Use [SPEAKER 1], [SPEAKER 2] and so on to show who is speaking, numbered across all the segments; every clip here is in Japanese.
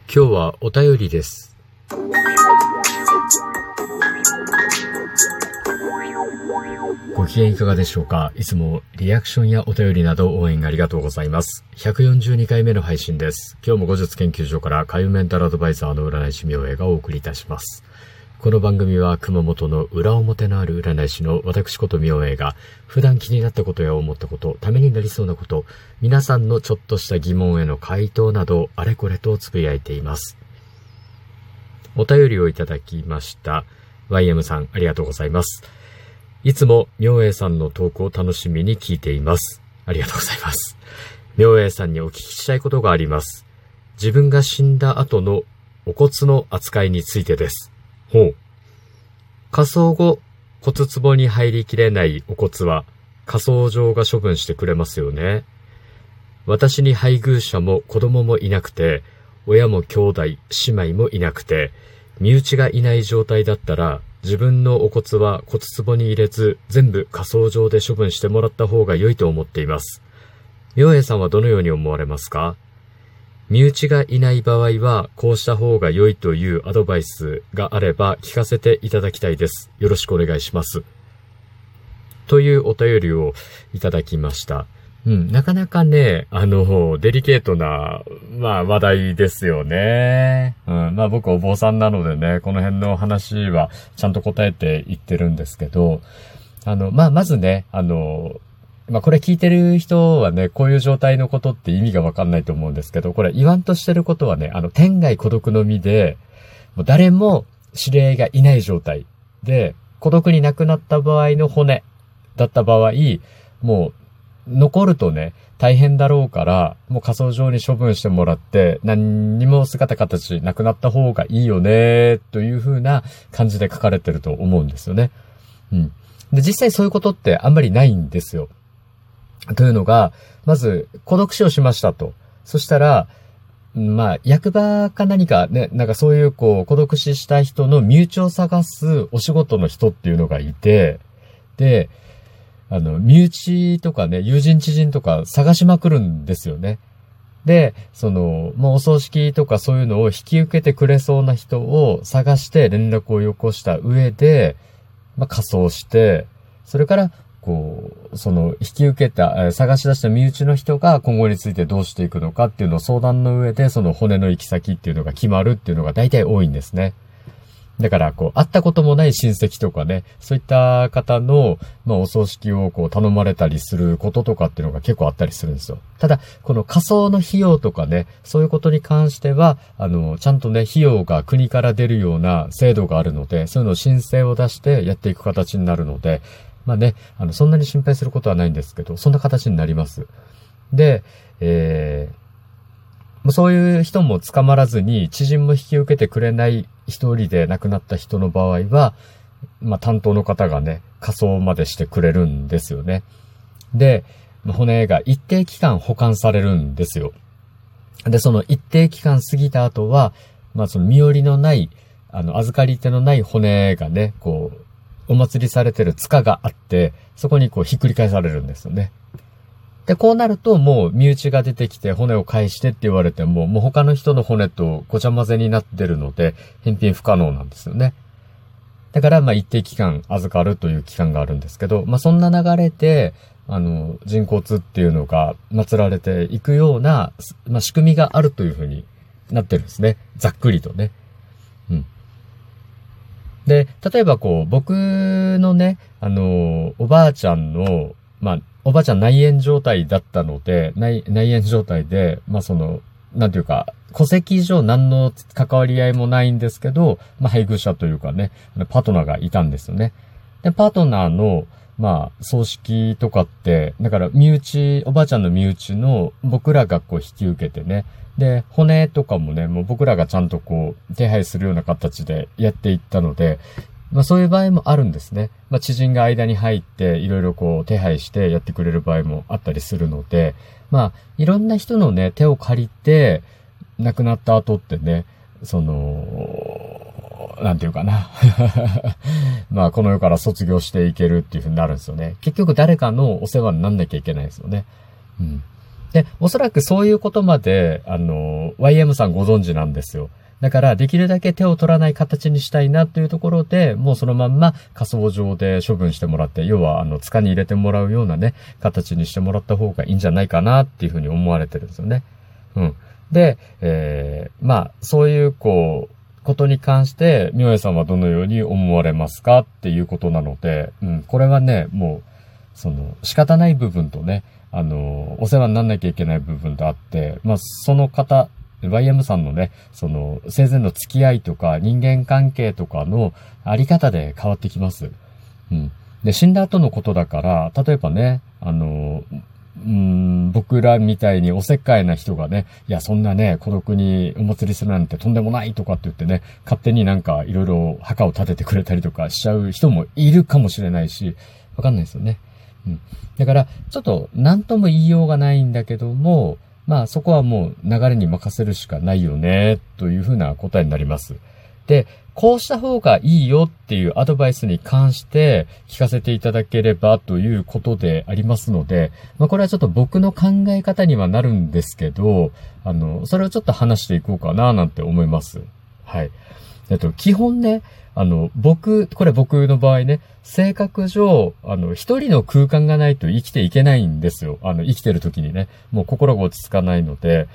[SPEAKER 1] 今日はお便りです。ご機嫌いかがでしょうか。いつもリアクションやお便りなど応援ありがとうございます。142回目の配信です。今日も後日研究所から開運メンタルアドバイザーの占い師明恵がお送りいたします。この番組は熊本の裏表のある占い師の私こと明恵が普段気になったことや思ったこと、ためになりそうなこと、皆さんのちょっとした疑問への回答などあれこれとつぶやいています。お便りをいただきました YM さん、ありがとうございます。いつも明恵さんのトークを楽しみに聞いています。ありがとうございます。明恵さんにお聞きしたいことがあります。自分が死んだ後のお骨の扱いについてです。ほう。火葬後、骨壺に入りきれないお骨は火葬場が処分してくれますよね。私に配偶者も子供もいなくて、親も兄弟、姉妹もいなくて、身内がいない状態だったら、自分のお骨は骨壺に入れず、全部火葬場で処分してもらった方が良いと思っています。明恵さんはどのように思われますか？身内がいない場合はこうした方が良いというアドバイスがあれば聞かせていただきたいです。よろしくお願いします。というお便りをいただきました。なかなかね、デリケートな、話題ですよね。僕お坊さんなのでね、この辺の話はちゃんと答えていってるんですけど、まずね、これ聞いてる人はね、こういう状態のことって意味がわかんないと思うんですけど、これ言わんとしてることはね、天涯孤独の身で、もう誰も知り合いがいない状態で、孤独に亡くなった場合の骨だった場合、もう残るとね、大変だろうから、もう火葬場に処分してもらって、何にも姿形なくなった方がいいよね、という風な感じで書かれてると思うんですよね。で、実際そういうことってあんまりないんですよ。というのが、まず、孤独死をしましたと。そしたら、役場か何かね、そういう孤独死した人の身内を探すお仕事の人っていうのがいて、で、身内とかね、友人知人とか探しまくるんですよね。で、もうお葬式とかそういうのを引き受けてくれそうな人を探して連絡をよこした上で、火葬して、それから、引き受けた、探し出した身内の人が今後についてどうしていくのかっていうのを相談の上で、その骨の行き先っていうのが決まるっていうのが大体多いんですね。だから、会ったこともない親戚とかね、そういった方の、お葬式を頼まれたりすることとかっていうのが結構あったりするんですよ。ただ、この火葬の費用とかね、そういうことに関しては、ちゃんとね、費用が国から出るような制度があるので、そういうのを申請を出してやっていく形になるので、そんなに心配することはないんですけど、そんな形になります。で、そういう人も捕まらずに、知人も引き受けてくれない一人で亡くなった人の場合は、担当の方がね、火葬までしてくれるんですよね。で、骨が一定期間保管されるんですよ。で、その一定期間過ぎた後は、その身寄りのない、預かり手のない骨がね、お祭りされてる塚があって、そこにひっくり返されるんですよね。で、こうなるともう身内が出てきて骨を返してって言われても、もう他の人の骨とごちゃ混ぜになってるので、返品不可能なんですよね。だから、一定期間預かるという期間があるんですけど、そんな流れで、人骨っていうのが祀られていくような、仕組みがあるというふうになってるんですね。ざっくりとね。で、例えば僕のね、おばあちゃんの、おばあちゃん内縁状態だったので、内縁状態で、なんていうか、戸籍上何の関わり合いもないんですけど、配偶者というかね、パートナーがいたんですよね。で、パートナーの、葬式とかって、だからおばあちゃんの身内の僕らが引き受けてね、で、骨とかもね、もう僕らがちゃんと手配するような形でやっていったので、そういう場合もあるんですね。知人が間に入って、いろいろ手配してやってくれる場合もあったりするので、いろんな人のね、手を借りて、亡くなった後ってね、なんていうかな。この世から卒業していけるっていう風になるんですよね。結局誰かのお世話になんなきゃいけないですよね。 で、おそらくそういうことまで、YM さんご存知なんですよ。だから、できるだけ手を取らない形にしたいなというところで、もうそのまんま仮想上で処分してもらって、要は、塚に入れてもらうようなね、形にしてもらった方がいいんじゃないかなっていうふうに思われてるんですよね。うん。で、そういう、ことに関して、みおえさんはどのように思われますかっていうことなので、これはね、もう、仕方ない部分とね、お世話にならなきゃいけない部分とあって、その方、YM さんのね、生前の付き合いとか人間関係とかのあり方で変わってきます。で、死んだ後のことだから、例えばね、僕らみたいにおせっかいな人がね、いや、そんなね、孤独にお祭りするなんてとんでもないとかって言ってね、勝手になんかいろいろ墓を建ててくれたりとかしちゃう人もいるかもしれないし、わかんないですよね。だから、ちょっと何とも言いようがないんだけども、そこはもう流れに任せるしかないよね、というふうな答えになります。で、こうした方がいいよっていうアドバイスに関して聞かせていただければということでありますので、これはちょっと僕の考え方にはなるんですけど、それをちょっと話していこうかななんて思います。はい。基本ね、これ僕の場合ね、性格上、一人の空間がないと生きていけないんですよ。生きてる時にね、もう心が落ち着かないので、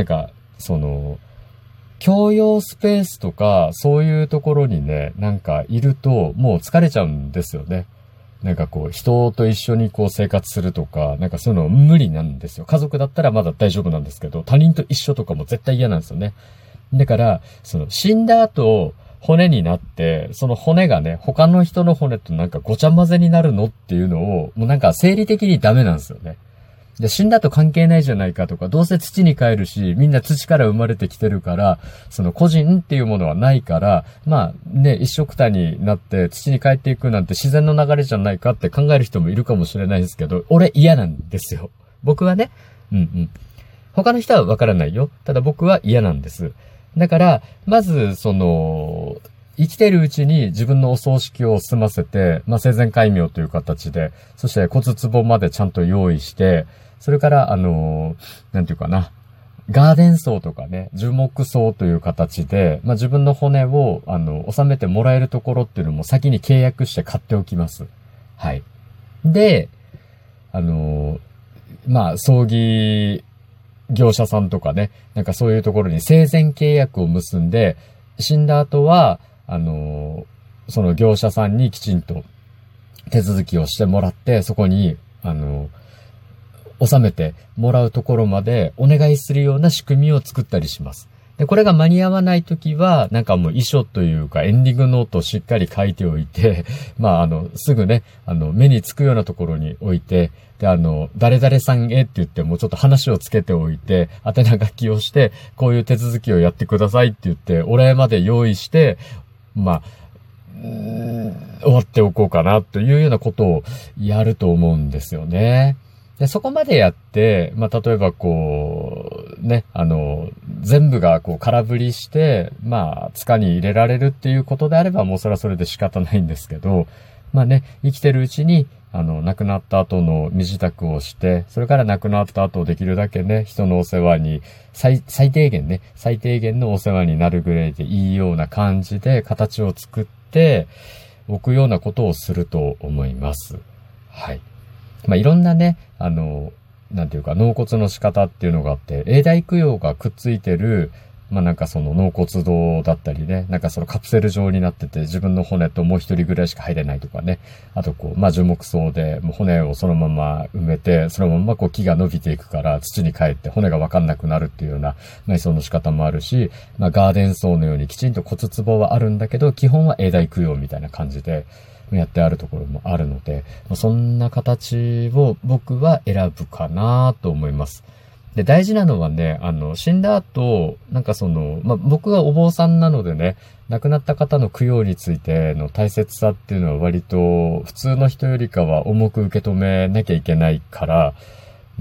[SPEAKER 1] 共用スペースとか、そういうところにね、いると、もう疲れちゃうんですよね。人と一緒に生活するとか、そういうの無理なんですよ。家族だったらまだ大丈夫なんですけど、他人と一緒とかも絶対嫌なんですよね。だから、死んだ後、骨になって、その骨がね、他の人の骨とごちゃ混ぜになるのっていうのを、もう生理的にダメなんですよね。で、死んだと関係ないじゃないかとか、どうせ土に帰るし、みんな土から生まれてきてるから、個人っていうものはないから、一緒くたになって土に帰っていくなんて自然の流れじゃないかって考える人もいるかもしれないですけど、俺嫌なんですよ。僕はね。他の人はわからないよ。ただ僕は嫌なんです。だから、まず、生きてるうちに自分のお葬式を済ませて、生前戒名という形で、そして骨壺までちゃんと用意して、それから、ガーデン葬とかね、樹木葬という形で、自分の骨を、収めてもらえるところっていうのも先に契約して買っておきます。はい。で、葬儀、業者さんとかね、そういうところに生前契約を結んで、死んだ後は、その業者さんにきちんと手続きをしてもらって、そこに、収めてもらうところまでお願いするような仕組みを作ったりします。で、これが間に合わないときは、もう遺書というかエンディングノートをしっかり書いておいて、すぐね、目につくようなところに置いて、で、誰々さんへって言ってもちょっと話をつけておいて、宛名書きをして、こういう手続きをやってくださいって言って、お礼まで用意して、終わっておこうかなというようなことをやると思うんですよね。で、そこまでやって、例えば全部が空振りして、塚に入れられるっていうことであれば、もうそれはそれで仕方ないんですけど、生きてるうちに、亡くなった後の身支度をして、それから亡くなった後できるだけね、人のお世話に、最低限のお世話になるぐらいでいいような感じで形を作っておくようなことをすると思います。はい。いろんなね、納骨の仕方っていうのがあって、永代供養がくっついてる、納骨堂だったりね、カプセル状になってて、自分の骨ともう一人ぐらいしか入れないとかね。あと樹木葬で、もう骨をそのまま埋めて、そのまま木が伸びていくから土に帰って骨がわかんなくなるっていうような埋葬の仕方もあるし、ガーデン葬のようにきちんと骨壺はあるんだけど、基本は永代供養みたいな感じで、やってあるところもあるので、そんな形を僕は選ぶかなと思います。で、大事なのはね、死んだ後、僕がお坊さんなのでね、亡くなった方の供養についての大切さっていうのは割と普通の人よりかは重く受け止めなきゃいけないから、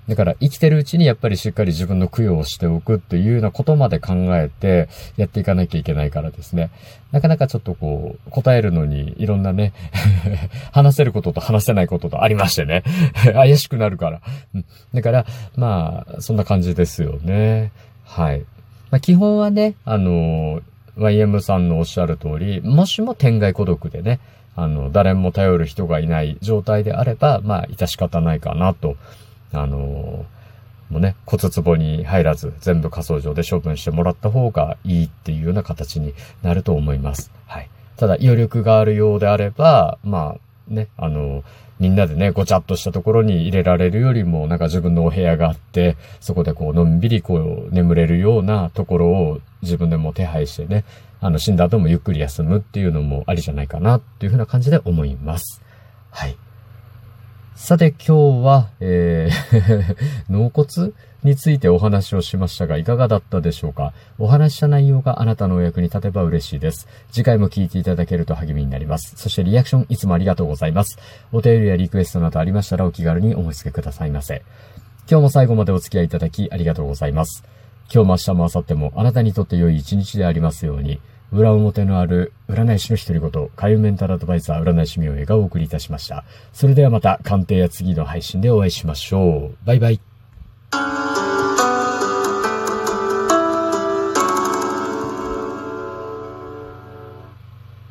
[SPEAKER 1] だから生きてるうちにやっぱりしっかり自分の供養をしておくっていうようなことまで考えてやっていかなきゃいけないからですね。なかなかちょっとこう、答えるのにいろんなね、話せることと話せないこととありましてね。怪しくなるから。だから、まあ、そんな感じですよね。はい。まあ、基本はね、YM さんのおっしゃる通り、もしも天涯孤独でね、誰も頼る人がいない状態であれば、まあ、致し方ないかなと。もうね、骨壺に入らず、全部火葬場で処分してもらった方がいいっていうような形になると思います。はい。ただ、余力があるようであれば、まあ、ね、みんなでね、ごちゃっとしたところに入れられるよりも、なんか自分のお部屋があって、そこでこう、のんびりこう、眠れるようなところを自分でも手配してね、死んだ後もゆっくり休むっていうのもありじゃないかなっていうふうな感じで思います。はい。さて今日は、納骨についてお話をしましたがいかがだったでしょうか。お話した内容があなたのお役に立てば嬉しいです。次回も聞いていただけると励みになります。そしてリアクションいつもありがとうございます。お便りやリクエストなどありましたらお気軽にお申し付けくださいませ。今日も最後までお付き合いいただきありがとうございます。今日も明日も明後日もあなたにとって良い一日でありますように。裏表のある占い師の独り言、開運メンタルアドバイザー占い師明恵がお送りいたしました。それではまた鑑定や次の配信でお会いしましょう。バイバイ。